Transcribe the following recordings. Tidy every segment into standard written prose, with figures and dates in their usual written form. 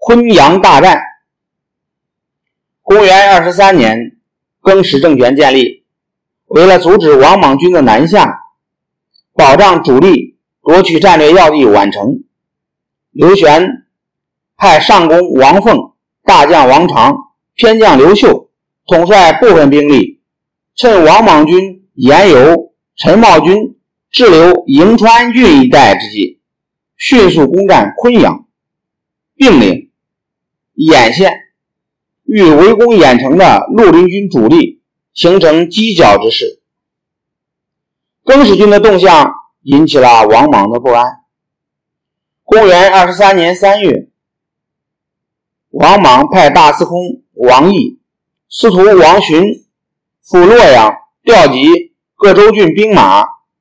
昆阳大战。公元23年，更始政权建立。为了阻止王莽军的南下，保障主力夺取战略要地宛城，刘玄派上公王凤、大将王常、偏将刘秀统帅部分兵力，趁王莽军沿由陈茂军滞留营川郡一带之际，迅速攻占昆阳、并领、兖县，与围攻兖城的绿林军主力形成犄角之势。更始军的动向引起了王莽的不安。公元23年3月，王莽派大司空王毅、司徒王询赴洛阳，调集各州郡兵马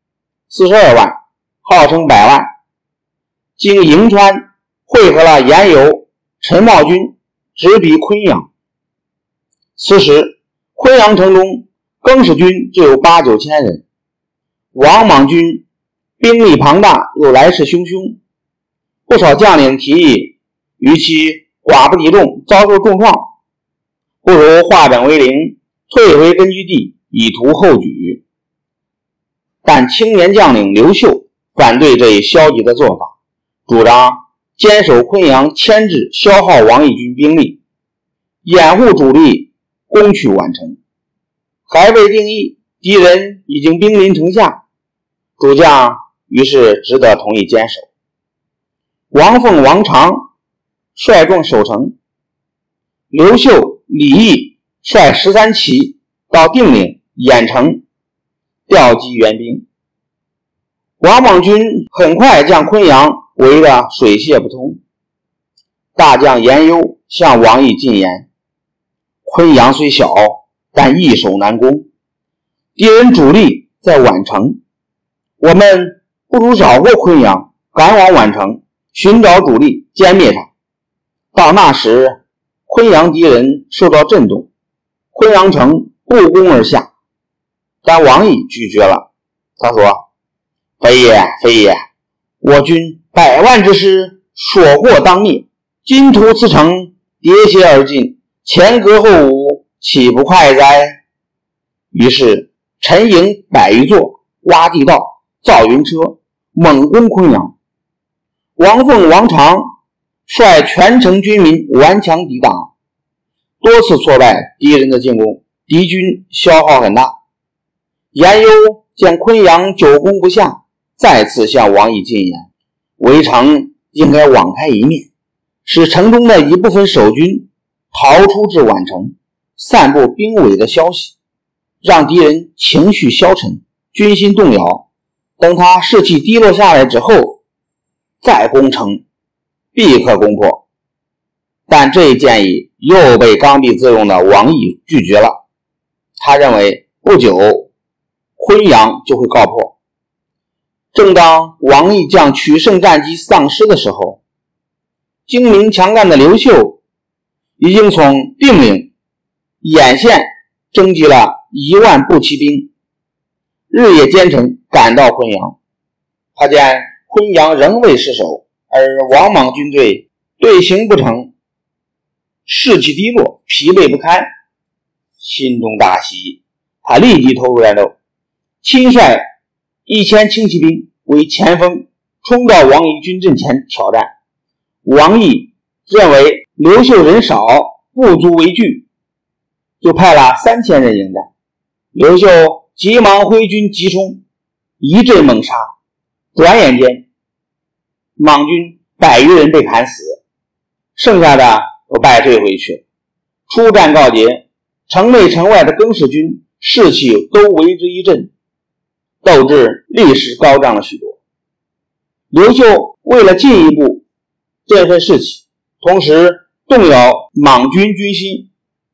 42万，号称100万，经营川汇合了沿由陈茂军，直逼昆阳。此时昆阳城中更始军只有8、9千人，王莽军兵力庞大，又来势汹汹，不少将领提议，与其寡不敌众，遭受重创，不如化整为零，退回根据地，以图后举。但青年将领刘秀反对这一消极的做法，主张坚守昆阳，牵制消耗王义军兵力，掩护主力攻取宛城。还未定义，敌人已经兵临城下，主将于是只得同意坚守。王凤、王常率众守城，刘秀、李毅率13骑到定岭、兖城调集援兵。王莽军很快将昆阳围得水泄不通。大将严攸向王毅进言：昆阳虽小，但易守难攻，敌人主力在宛城，我们不如绕过昆阳，赶往宛城，寻找主力，歼灭他。到那时，昆阳敌人受到震动，昆阳城不攻而下。但王毅拒绝了，他说：非也，非也，我军100万之师，所过当灭，今图此城，喋血而进，前歌后舞，岂不快哉？于是陈营100余座，挖地道，造云车，猛攻昆阳。王凤、王常率全城军民顽强抵挡，多次挫败敌人的进攻，敌军消耗很大。严攸见昆阳久攻不下，再次向王毅进言：围城应该网开一面，使城中的一部分守军逃出至宛城，散布兵伪的消息，让敌人情绪消沉，军心动摇。等他士气低落下来之后，再攻城，必可攻破。但这一建议又被刚愎自用的王毅拒绝了。他认为不久昆阳就会告破。正当王毅将取胜战机丧失的时候，精明强干的刘秀已经从定岭、兖县征集了1万步骑兵，日夜兼程赶到昆阳。他见昆阳仍未失守，而王莽军队队形不成，士气低落，疲惫不堪，心中大喜。他立即投入战斗，亲率1000轻骑兵为前锋，冲到王毅军阵前挑战。王毅认为刘秀人少，不足为惧，就派了3000人迎战。刘秀急忙挥军急冲，一阵猛杀，转眼间莽军100余人被砍死，剩下的都败退回去。初战告捷，城内城外的更始军士气都为之一振，斗志立时高涨了许多。刘秀为了进一步振奋士气，同时动摇莽军军心，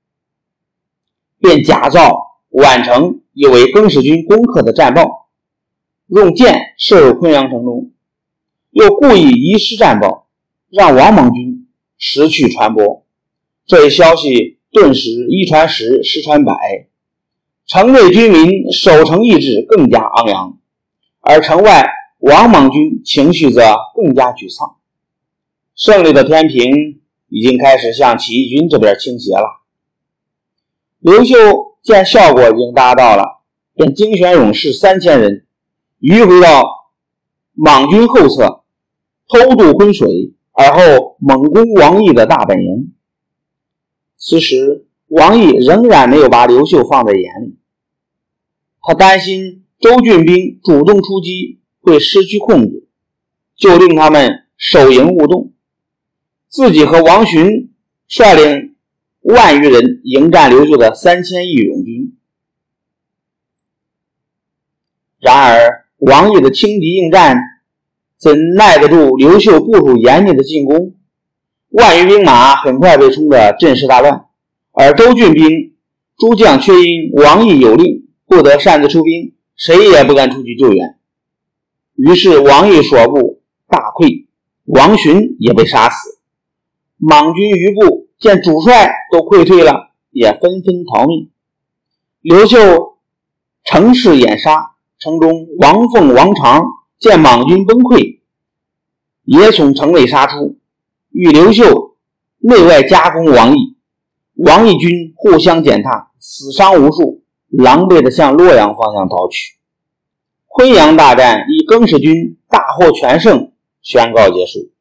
便假造宛城以为更始军攻克的战报，用箭射入昆阳城中，又故意遗失战报，让王莽军失去传播。这一消息顿时一传十，十传百，城内军民守城意志更加昂扬，而城外王莽军情绪则更加沮丧。胜利的天平已经开始向起义军这边倾斜了。刘秀见效果已经达到了，便精选勇士3000人，迂回到莽军后侧，偷渡浑水，而后猛攻王毅的大本营。此时王毅仍然没有把刘秀放在眼里，他担心周俊兵主动出击会失去控制，就令他们守营勿动，自己和王寻率领10000余人迎战刘秀的3000义勇军。然而王毅的轻敌应战怎耐得住刘秀部署严密的进攻？10000余兵马很快被冲得阵势大乱，而周俊兵诸将却因王毅有令不得擅自出兵，谁也不敢出去救援。于是王毅所部大溃，王寻也被杀死。莽军余部见主帅都溃退了，也纷纷逃命。刘秀乘势掩杀，城中王凤、王常见莽军崩溃，也从城内杀出，与刘秀内外夹攻王毅。王毅军互相践踏，死伤无数，狼狈地向洛阳方向逃去。昆阳大战以更始军大获全胜宣告结束。